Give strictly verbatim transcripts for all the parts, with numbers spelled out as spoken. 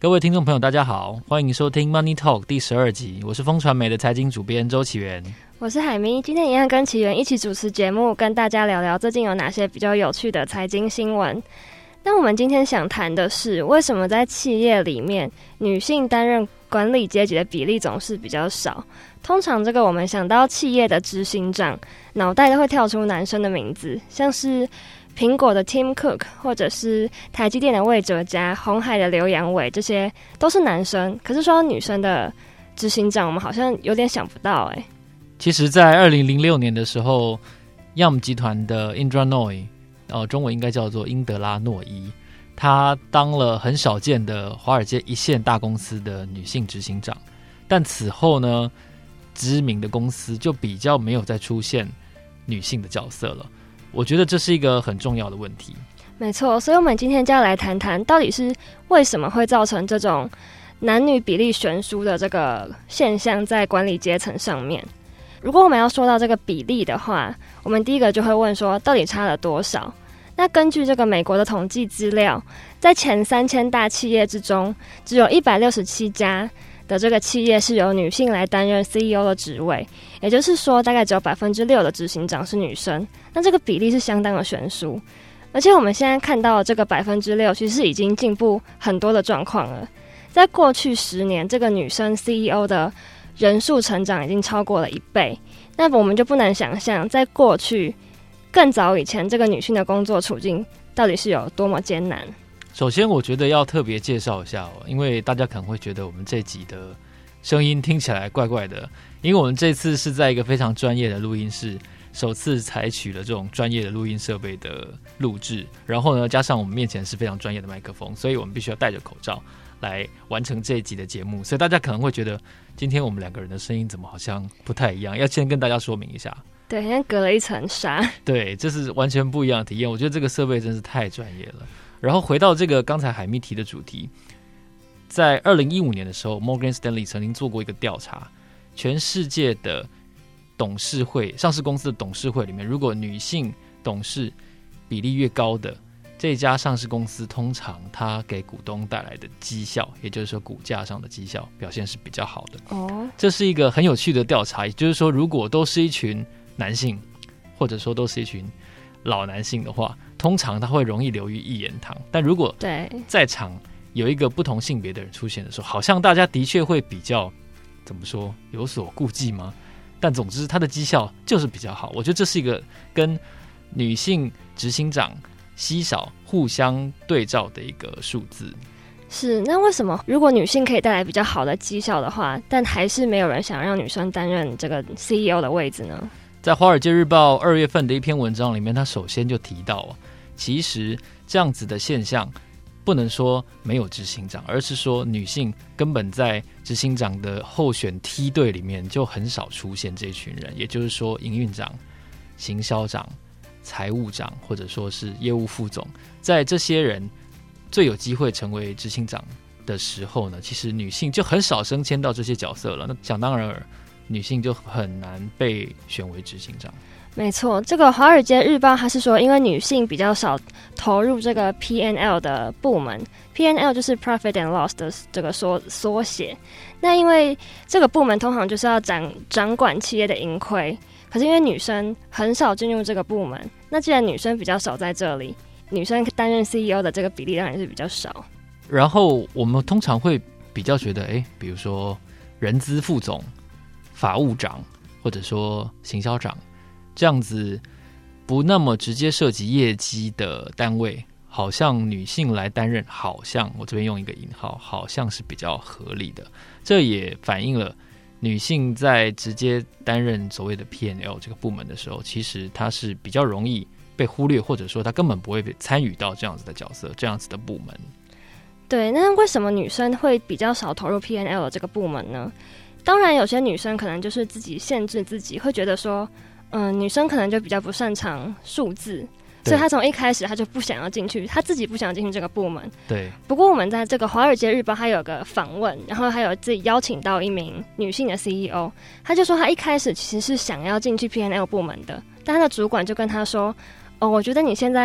各位听众朋友大家好，欢迎收听 Money Talk 第十二集，我是风传媒的财经主编周启源， 我是海咪，今天一样跟启源一起主持节目，跟大家聊聊最近有哪些比较有趣的财经新闻。那我们今天想谈的是，为什么在企业里面女性担任管理阶级的比例总是比较少？通常这个我们想到企业的执行长，脑袋都会跳出男生的名字，像是苹果的 Tim Cook， 或者是台积电的魏哲家、鸿海的刘扬伟，这些都是男生。可是说到女生的执行长，我们好像有点想不到哎、欸。 其实在二零零六年的时候 Y U M 集团的 Indra Nooyi、呃、中文应该叫做英德拉诺伊，她当了很少见的华尔街一线大公司的女性执行长，但此后呢，知名的公司就比较没有再出现女性的角色了。我觉得这是一个很重要的问题。 没错，所以我们今天就要来谈谈，到底是为什么会造成这种男女比例悬殊的这个现象在管理阶层上面。如果我们要说到这个比例的话，我们第一个就会问说，到底差了多少？那根据这个美国的统计资料，在前三千大企业之中，只有一百六十七家的这个企业是由女性来担任 C E O 的职位，也就是说大概只有 百分之六 的执行长是女生，那这个比例是相当的悬殊。而且我们现在看到的这个 百分之六 其实是已经进步很多的状况了。在过去十年，这个女生 C E O 的人数成长已经超过了一倍，那我们就不难想象，在过去更早以前，这个女性的工作处境到底是有多么艰难。 首先我觉得要特别介绍一下、哦、因为大家可能会觉得我们这集的声音听起来怪怪的，因为我们这次是在一个非常专业的录音室首次采取了这种专业的录音设备的录制，然后呢加上我们面前是非常专业的麦克风，所以我们必须要戴着口罩来完成这一集的节目，所以大家可能会觉得今天我们两个人的声音怎么好像不太一样，要先跟大家说明一下。 对，好像隔了一层纱。对， 这是完全不一样的体验，我觉得这个设备真是太专业了。然后回到这个刚才海咪提的主题，在二零一五年的时候 Morgan Stanley 曾经做过一个调查，全世界的董事会上市公司的董事会里面，如果女性董事比例越高的这家上市公司，通常它给股东带来的绩效，也就是说股价上的绩效表现是比较好的。哦，这是一个很有趣的调查，也就是说如果都是一群男性，或者说都是一群老男性的话，通常他会容易流于一言堂，但如果在场有一个不同性别的人出现的时候，好像大家的确会比较怎么说有所顾忌吗？但总之他的绩效就是比较好。我觉得这是一个跟女性执行长稀少互相对照的一个数字。 是，那为什么如果女性可以带来比较好的绩效的话，但还是没有人想让女生担任这个 C E O 的位置呢？ 在《华尔街日报》二月份的一篇文章里面，他首先就提到，其实这样子的现象不能说没有执行长，而是说女性根本在执行长的候选梯队里面就很少出现这群人，也就是说营运长、行销长、财务长或者说是业务副总，在这些人最有机会成为执行长的时候呢，其实女性就很少升迁到这些角色了，那想当然尔女性就很难被选为执行长。 没错，这个《华尔街日报》它是说，因为女性比较少投入这个 P and L 的部门 ，P and L 就是 Profit and Loss 的这个缩缩写。那因为这个部门通常就是要掌掌管企业的盈亏，可是因为女生很少进入这个部门，那既然女生比较少在这里，女生担任 C E O 的这个比例当然是比较少。 然后我们通常会比较觉得，哎，比如说人资副总、法务长或者说行销长这样子不那么直接涉及业绩的单位，好像女性来担任，好像我这边用一个引号，好像是比较合理的。这也反映了女性在直接担任所谓的 P and L 这个部门的时候，其实她是比较容易被忽略，或者说她根本不会被参与到这样子的角色、这样子的部门。 对，那为什么女生会比较少投入 P and L 的这个部门呢？当然有些女生可能就是自己限制自己，会觉得说嗯、呃，女生可能就比较不擅长数字，所以她从一开始她就不想要进去，她自己不想进去这个部门。 对。不过我们在这个《华尔街日报》还有个访问，然后还有自己邀请到一名女性的 C E O， 她就说她一开始其实是想要进去 P and L 部门的，但她的主管就跟她说：“哦，我觉得你现在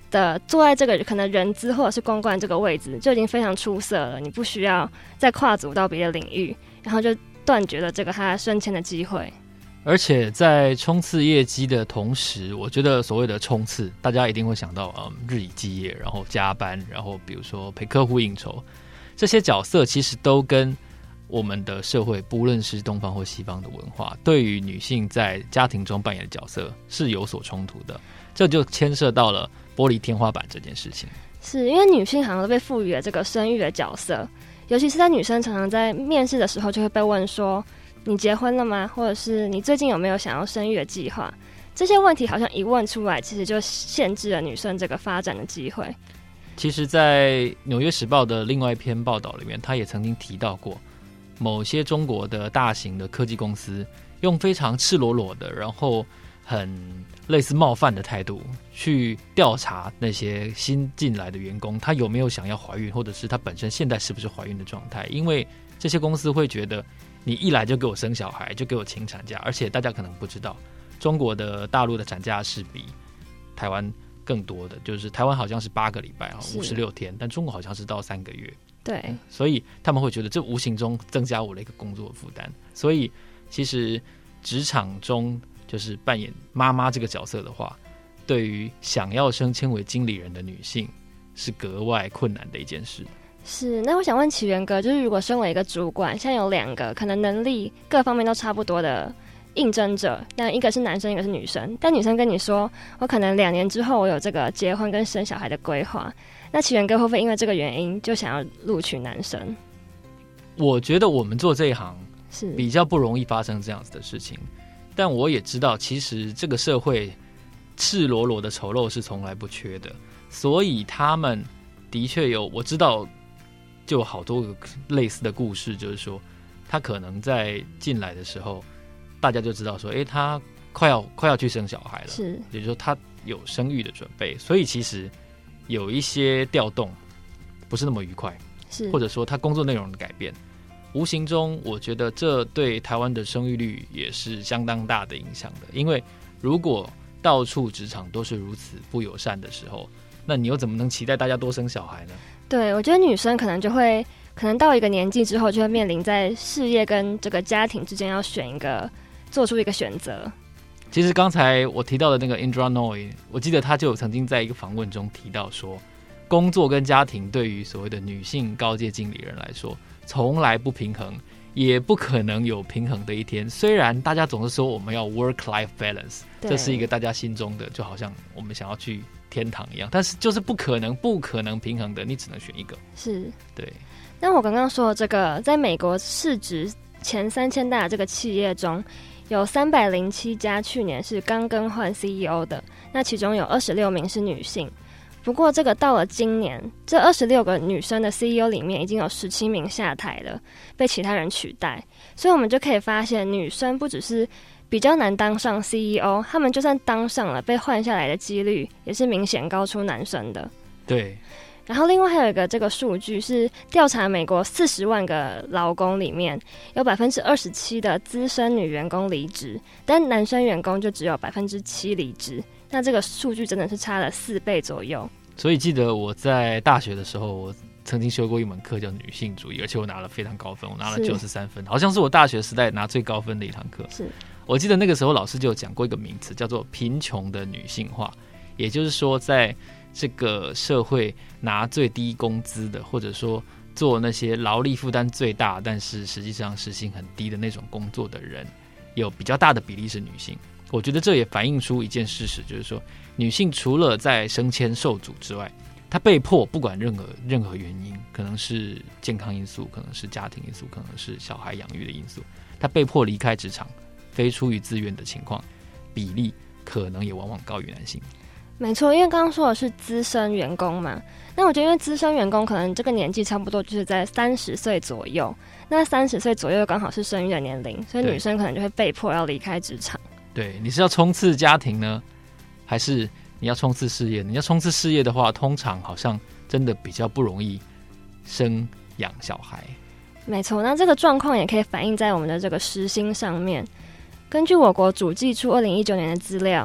的坐在这个可能人资或者是公关这个位置就已经非常出色了，你不需要再跨足到别的领域，然后就断绝了这个他升迁的机会。 而且在冲刺业绩的同时，我觉得所谓的冲刺，大家一定会想到嗯日以继夜，然后加班，然后比如说陪客户应酬，这些角色其实都跟我们的社会，不论是东方或西方的文化，对于女性在家庭中扮演的角色是有所冲突的。这就牵涉到了玻璃天花板这件事情。 是因为女性好像都被赋予了这个生育的角色，尤其是在女生常常在面试的时候就会被问说你结婚了吗？或者是你最近有没有想要生育的计划？这些问题好像一问出来，其实就限制了女生这个发展的机会。 其实在《纽约时报》的另外一篇报道里面，他也曾经提到过，某些中国的大型的科技公司用非常赤裸裸的，然后很类似冒犯的态度去调查那些新进来的员工，他有没有想要怀孕，或者是他本身现在是不是怀孕的状态。因为这些公司会觉得你一来就给我生小孩，就给我请产假，而且大家可能不知道，中国的大陆的产假是比台湾更多的，就是台湾好像是八个礼拜五十六天，但中国好像是到三个月。 对， 所以他们会觉得这无形中增加我的一个工作负担。所以其实职场中就是扮演妈妈这个角色的话，对于想要升迁为经理人的女性是格外困难的一件事。 是，那我想问启源哥，就是如果身为一个主管，现在有两个可能能力各方面都差不多的应征者，但一个是男生，一个是女生，但女生跟你说我可能两年之后我有这个结婚跟生小孩的规划，那启源哥会不会因为这个原因就想要录取男生？ 我觉得我们做这一行是比较不容易发生这样子的事情，但我也知道其实这个社会赤裸裸的丑陋是从来不缺的，所以他们的确有，我知道就有好多个类似的故事，就是说他可能在进来的时候大家就知道说诶他快要快要去生小孩了， 是， 也就是说他有生育的准备，所以其实有一些调动不是那么愉快， 是， 或者说他工作内容的改变，无形中我觉得这对台湾的生育率也是相当大的影响的。因为如果到处职场都是如此不友善的时候，那你又怎么能期待大家多生小孩呢？ 对，我觉得女生可能就会可能到一个年纪之后就会面临在事业跟这个家庭之间要选一个，做出一个选择。 其实刚才我提到的那个 Indra Nooyi， 我记得他就有曾经在一个访问中提到说，工作跟家庭对于所谓的女性高阶经理人来说从来不平衡，也不可能有平衡的一天。虽然大家总是说我们要 work-life balance， 这是一个大家心中的就好像我们想要去天堂一样，但是就是不可能不可能平衡的，你只能选一个。 是， 对。 那我刚刚说的这个在美国市值前三千大的这个企业中，有三百零七家去年是刚更换 C E O 的，那其中有二十六名是女性。不过这个到了今年，这二十六个女生的 C E O 里面已经有十七名下台了，被其他人取代。所以我们就可以发现，女生不只是比较难当上 C E O， 她们就算当上了，被换下来的几率也是明显高出男生的。 对。 然后另外还有一个这个数据是调查美国四十万个劳工里面，有百分之二十七的资深女员工离职，但男生员工就只有百分之七离职。那这个数据真的是差了四倍左右。 所以记得我在大学的时候，我曾经修过一门课叫女性主义，而且我拿了非常高分，我拿了九十三分，好像是我大学时代拿最高分的一堂课。 是， 我记得那个时候老师就有讲过一个名词，叫做贫穷的女性化，也就是说在这个社会拿最低工资的，或者说做那些劳力负担最大但是实际上时薪很低的那种工作的人，有比较大的比例是女性。我觉得这也反映出一件事实，就是说女性除了在升迁受阻之外，她被迫不管任何任何原因，可能是健康因素，可能是家庭因素，可能是小孩养育的因素，她被迫离开职场，非出于自愿的情况，比例可能也往往高于男性。 没错，因为刚刚说的是资深员工嘛，那我觉得因为资深员工可能这个年纪差不多就是在三十岁左右，那三十岁左右刚好是生育的年龄，所以女生可能就会被迫要离开职场。 对，你是要冲刺家庭呢，还是你要冲刺事业？你要冲刺事业的话，通常好像真的比较不容易生养小孩。 没错，那这个状况也可以反映在我们的这个时薪上面。根据我国主计处二零一九年的资料，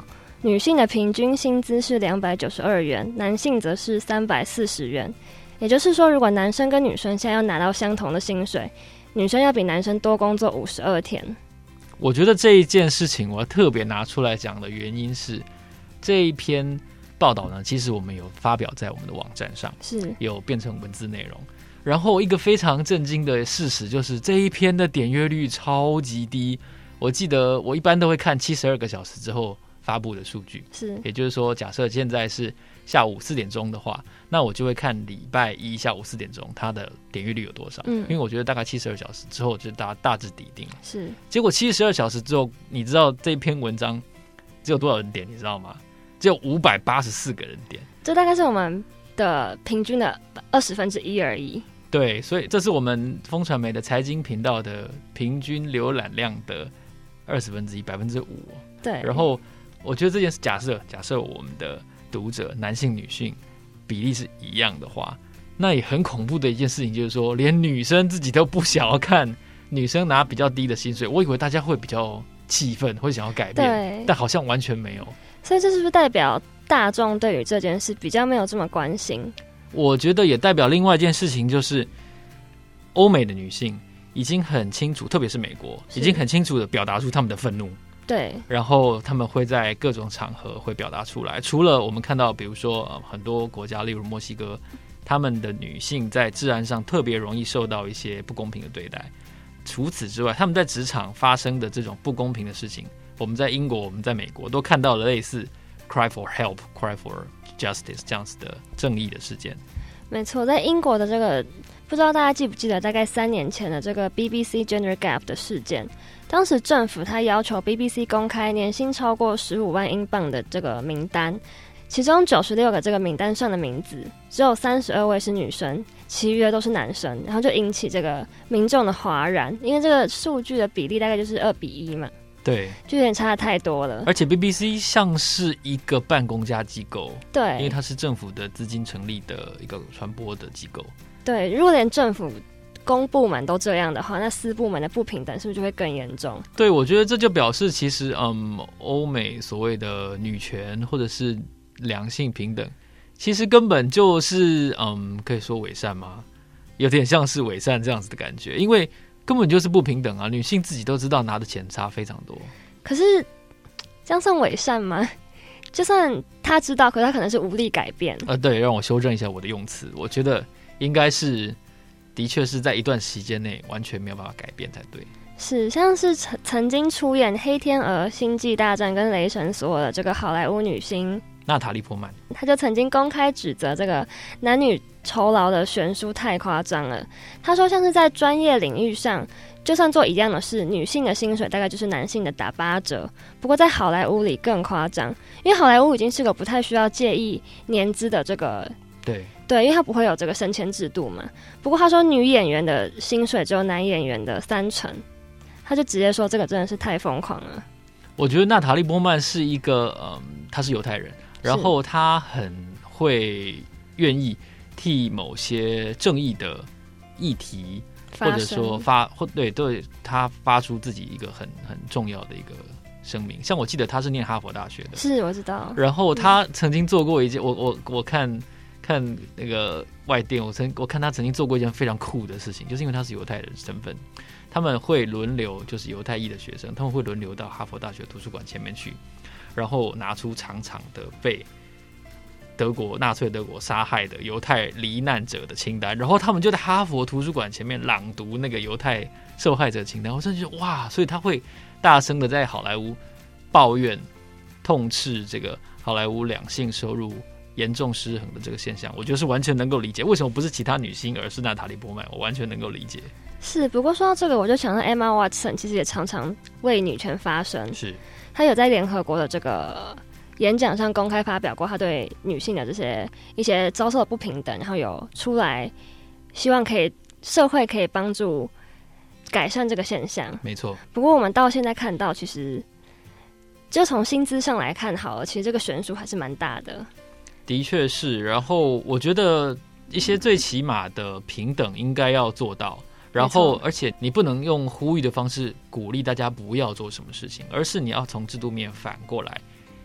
女性的平均薪资是两百九十二元，男性则是三百四十元。也就是说，如果男生跟女生现在要拿到相同的薪水，女生要比男生多工作五十二天。 我觉得这一件事情我要特别拿出来讲的原因是，这一篇报道呢，其实我们有发表在我们的网站上， 是有变成文字内容。然后一个非常震惊的事实就是，这一篇的点阅率超级低。我记得我一般都会看七十二个小时之后发布的数据， 是， 也就是说，假设现在是下午四点钟的话，那我就会看礼拜一下午四点钟它的点阅率有多少。嗯，因为我觉得大概七十二小时之后就大大致底定。 是， 结果七十二小时之后，你知道这篇文章只有多少人点？你知道吗？只有五百八十四个人点， 这大概是我们的平均的二十分之一而已。 对，所以这是我们风传媒的财经频道的平均浏览量的二十分之一，百分之五。 对， 然后我觉得这件事，假设假设我们的读者男性女性比例是一样的话，那也很恐怖的一件事情就是说，连女生自己都不想要看女生拿比较低的薪水。我以为大家会比较气愤，会想要改变，但好像完全没有。 所以这是不是代表大众对于这件事比较没有这么关心？ 我觉得也代表另外一件事情，就是欧美的女性已经很清楚，特别是美国，已经很清楚的表达出他们的愤怒。 对， 然后他们会在各种场合会表达出来。除了我们看到，比如说、呃、很多国家，例如墨西哥，他们的女性在治安上特别容易受到一些不公平的对待。除此之外，他们在职场发生的这种不公平的事情，我们在英国、我们在美国都看到了类似 cry for help、cry for justice 这样子的正义的事件。 没错，在英国的这个，不知道大家记不记得，大概三年前的这个 B B C Gender Gap 的事件，当时政府他要求 B B C 公开年薪超过十五万英镑的这个名单，其中九十六个这个名单上的名字，只有三十二位是女生，其余的都是男生，然后就引起这个民众的哗然，因为这个数据的比例大概就是二比一嘛。 对， 就有点差得太多了。 而且 B B C 像是一个半公家机构， 对， 因为它是政府的资金成立的一个传播的机构。 对，如果连政府公部门都这样的话，那私部门的不平等是不是就会更严重？ 对，我觉得这就表示其实嗯，欧美所谓的女权或者是两性平等，其实根本就是嗯，可以说伪善吗？有点像是伪善这样子的感觉，因为根本就是不平等啊！女性自己都知道拿的钱差非常多。 可是这样算伪善吗？就算他知道，可是他可能是无力改变。 呃，对，让我修正一下我的用词。我觉得应该是，的确是在一段时间内完全没有办法改变才对。 是，像是曾曾经出演《黑天鹅》《星际大战》跟《雷神索尔》的这个好莱坞女星娜塔莉波曼， 她就曾经公开指责这个男女酬劳的悬殊太夸张了。她说，像是在专业领域上，就算做一样的事，女性的薪水大概就是男性的打八折。不过在好莱坞里更夸张，因为好莱坞已经是个不太需要介意年资的这个对对，因为他不会有这个升迁制度嘛。不过他说女演员的薪水只有男演员的三成，他就直接说这个真的是太疯狂了。 我觉得娜塔莉波曼是一个嗯，她是犹太人，然后她很会愿意替某些正义的议题，或者说发或对对，她发出自己一个很很重要的一个声明。像我记得她是念哈佛大学的， 是我知道。 然后她曾经做过一件，我我我看看那个外电，我曾我看她曾经做过一件非常酷的事情，就是因为她是犹太人身份。他们会轮流，就是犹太裔的学生，他们会轮流到哈佛大学图书馆前面去，然后拿出长长的被德国纳粹德国杀害的犹太罹难者的清单，然后他们就在哈佛图书馆前面朗读那个犹太受害者清单。我真的觉得哇，所以他会大声的在好莱坞抱怨、痛斥这个好莱坞两性收入严重失衡的这个现象，我觉得是完全能够理解。为什么不是其他女星，而是娜塔莉波曼？我完全能够理解。 是，不过说到这个，我就想到 Emma Watson 其实也常常为女权发声。 是， 她有在联合国的这个演讲上公开发表过她对女性的这些一些遭受的不平等，然后有出来希望可以社会可以帮助改善这个现象。 没错。 不过我们到现在看到，其实就从薪资上来看好了，其实这个悬殊还是蛮大的。 的确是，然后我觉得一些最起码的平等应该要做到。然后，而且你不能用呼吁的方式鼓励大家不要做什么事情，而是你要从制度面反过来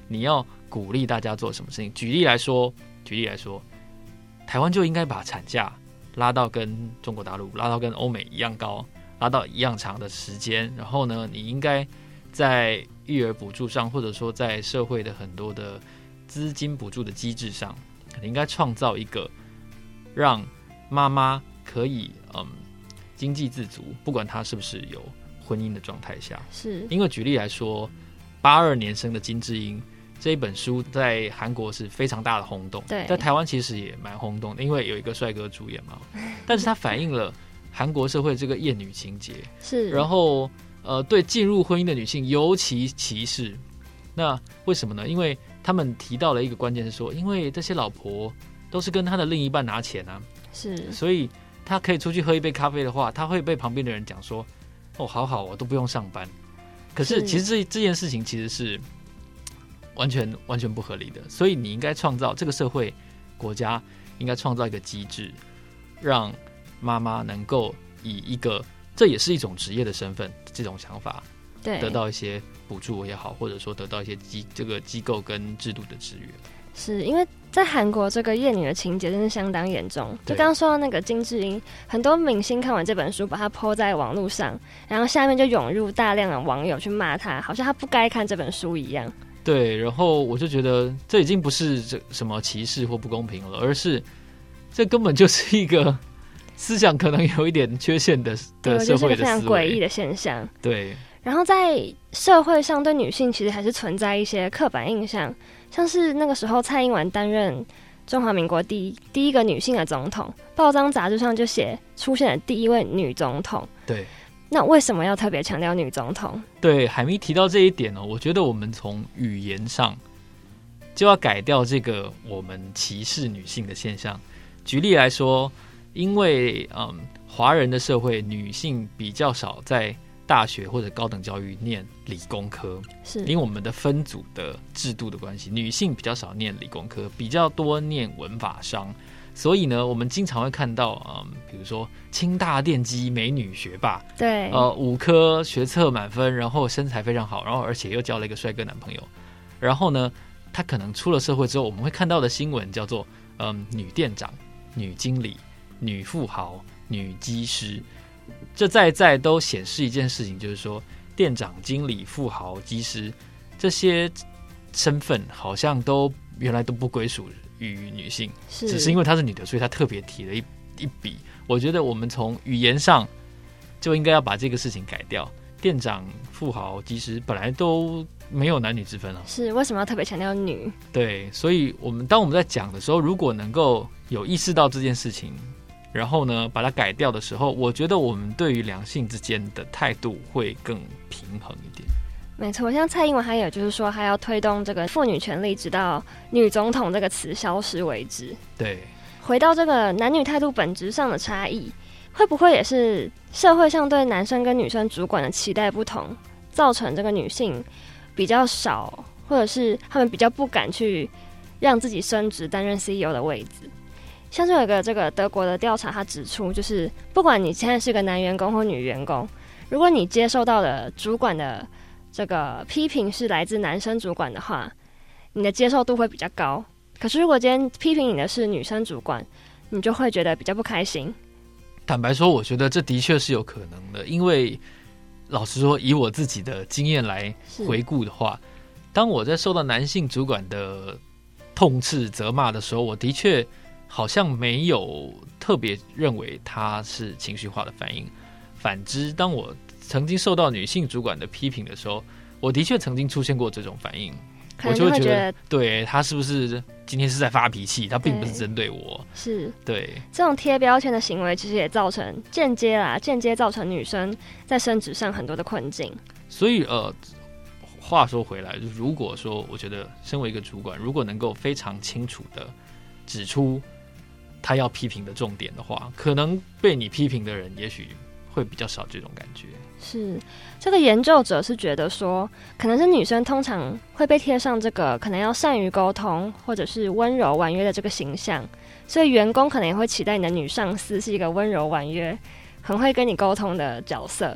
你要鼓励大家做什么事情。举例来说，举例来说，台湾就应该把产假拉到跟中国大陆、拉到跟欧美一样高，拉到一样长的时间。然后呢，你应该在育儿补助上，或者说在社会的很多的资金补助的机制上，你应该创造一个让妈妈可以嗯经济自足，不管她是不是有婚姻的状态下。 是因为举例来说，八二年生的金智英这一本书在韩国是非常大的轰动， 对， 在台湾其实也蛮轰动的，因为有一个帅哥主演嘛。但是它反映了韩国社会这个厌女情节， 是， 然后呃对进入婚姻的女性尤其歧视。那为什么呢？因为他们提到了一个关键是说，因为这些老婆都是跟他的另一半拿钱啊， 是， 所以他可以出去喝一杯咖啡的话，他会被旁边的人讲说，哦，好好，我都不用上班。可是其实这这件事情其实是完全完全不合理的，所以你应该创造这个社会国家应该创造一个机制，让妈妈能够以一个这也是一种职业的身份这种想法， 对， 得到一些补助也好，或者说得到一些机这个机构跟制度的支援。 是因为在韩国这个厌女的情节真是相当严重。就刚刚说到那个金智英，很多明星看完这本书把它 po 在网络上，然后下面就涌入大量的网友去骂他，好像他不该看这本书一样。 对，然后我就觉得这已经不是这什么歧视或不公平了，而是这根本就是一个思想可能有一点缺陷的的社会的思维， 就是非常诡异的现象。 对， 然后在社会上对女性其实还是存在一些刻板印象，像是那个时候蔡英文担任中华民国第一第一个女性的总统，报章杂志上就写出现了第一位女总统。 对， 那为什么要特别强调女总统？ 对，海咪提到这一点哦，我觉得我们从语言上就要改掉这个我们歧视女性的现象。举例来说，因为嗯，华人的社会女性比较少在大学或者高等教育念理工科， 是因为我们的分组的制度的关系，女性比较少念理工科，比较多念文法商。所以呢，我们经常会看到，嗯，比如说清大电机美女学霸， 对， 呃，五科学测满分，然后身材非常好，然后而且又交了一个帅哥男朋友。然后呢，他可能出了社会之后，我们会看到的新闻叫做，嗯，女店长、女经理、女富豪、女技师。这在在都显示一件事情，就是说，店长、经理、富豪、技师这些身份好像都原来都不归属于女性， 是只是因为她是女的，所以她特别提了一一笔。我觉得我们从语言上就应该要把这个事情改掉。店长、富豪、技师本来都没有男女之分啊， 是为什么要特别强调女？ 对，所以我们当我们在讲的时候，如果能够有意识到这件事情，然后呢把它改掉的时候，我觉得我们对于两性之间的态度会更平衡一点。 没错，像蔡英文还有就是说，还要推动这个妇女权利，直到女总统这个词消失为止。 对， 回到这个男女态度本质上的差异，会不会也是社会上对男生跟女生主管的期待不同，造成这个女性比较少，或者是他们比较不敢去让自己升职担任 C E O 的位置？像是有一个这个德国的调查，他指出，就是不管你现在是个男员工或女员工，如果你接受到的主管的这个批评是来自男生主管的话，你的接受度会比较高。可是如果今天批评你的是女生主管，你就会觉得比较不开心。 坦白说，我觉得这的确是有可能的，因为老实说，以我自己的经验来回顾的话，当我在受到男性主管的痛斥、责骂的时候，我的确好像没有特别认为他是情绪化的反应。反之，当我曾经受到女性主管的批评的时候，我的确曾经出现过这种反应。 可能就会觉得， 我就会觉得对他是不是今天是在发脾气，他并不是针对我。 是， 对， 这种贴标签的行为其实也造成间接啦，间接造成女生在升职上很多的困境。 所以呃，话说回来，就是如果说我觉得身为一个主管，如果能够非常清楚的指出他要批评的重点的话，可能被你批评的人也许会比较少这种感觉。 是，这个研究者是觉得说，可能是女生通常会被贴上这个可能要善于沟通或者是温柔婉约的这个形象，所以员工可能也会期待你的女上司是一个温柔婉约很会跟你沟通的角色。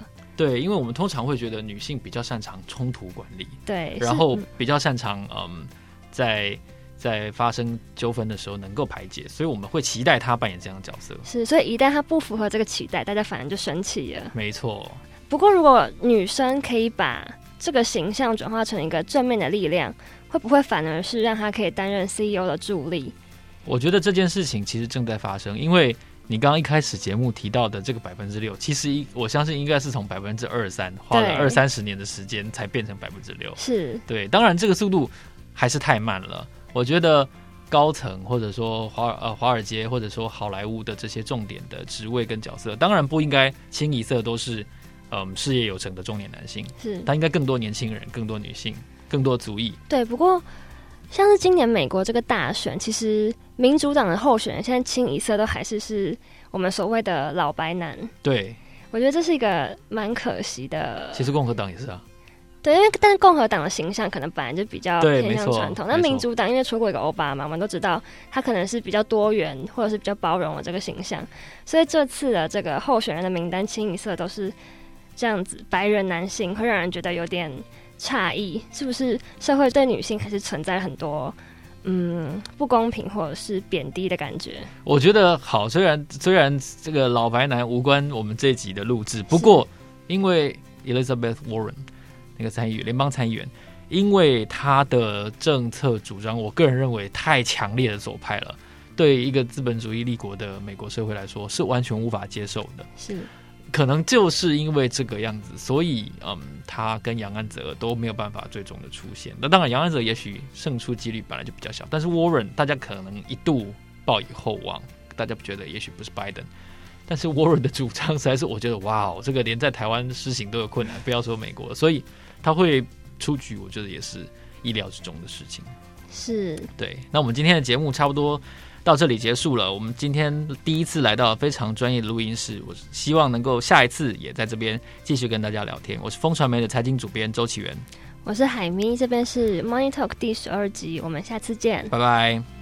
对，因为我们通常会觉得女性比较擅长冲突管理， 对， 然后比较擅长嗯，在在发生纠纷的时候能够排解，所以我们会期待她扮演这样的角色。 是，所以一旦她不符合这个期待，大家反而就生气了。 没错。 不过，如果女生可以把这个形象转化成一个正面的力量，会不会反而是让她可以担任 C E O 的助力？ 我觉得这件事情其实正在发生，因为你刚刚一开始节目提到的这个百分之六，其实我相信应该是从百分之二三花了二三十年的时间才变成百分之六。 是，对， 当然这个速度还是太慢了。我觉得高层或者说华呃华尔街或者说好莱坞的这些重点的职位跟角色，当然不应该清一色都是嗯事业有成的中年男性， 是， 他应该更多年轻人、更多女性、更多族裔。 对，不过像是今年美国这个大选，其实民主党的候选人现在清一色都还是是我们所谓的老白男。 对， 我觉得这是一个蛮可惜的。 其实共和党也是啊。 对，因为但是共和党的形象可能本来就比较偏向传统，那民主党因为出过一个奥巴马，我们都知道他可能是比较多元或者是比较包容的这个形象，所以这次的这个候选人的名单清一色都是这样子，白人男性，会让人觉得有点诧异，是不是社会对女性还是存在很多嗯不公平或者是贬低的感觉？ 我觉得好，虽然虽然这个老白男无关我们这一集的录制，不过因为 Elizabeth Warren 那个参议员，联邦参议员，因为他的政策主张，我个人认为太强烈的左派了，对一个资本主义立国的美国社会来说是完全无法接受的。 是。 可能就是因为这个样子，所以嗯，他跟杨安泽都没有办法最终的出现。那当然，杨安泽也许胜出几率本来就比较小，但是 Warren 大家可能一度抱以厚望，大家觉得也许不是 Biden， 但是 Warren 的主张实在是我觉得哇哦，这个连在台湾施行都有困难，不要说美国了，所以他会出局，我觉得也是意料之中的事情。 是， 对。那我们今天的节目差不多到这里结束了。我们今天第一次来到非常专业的录音室，我希望能够下一次也在这边继续跟大家聊天。我是风传媒的财经主编周启源， 我是海咪，这边是 Money Talk 第十二集，我们下次见， 拜拜。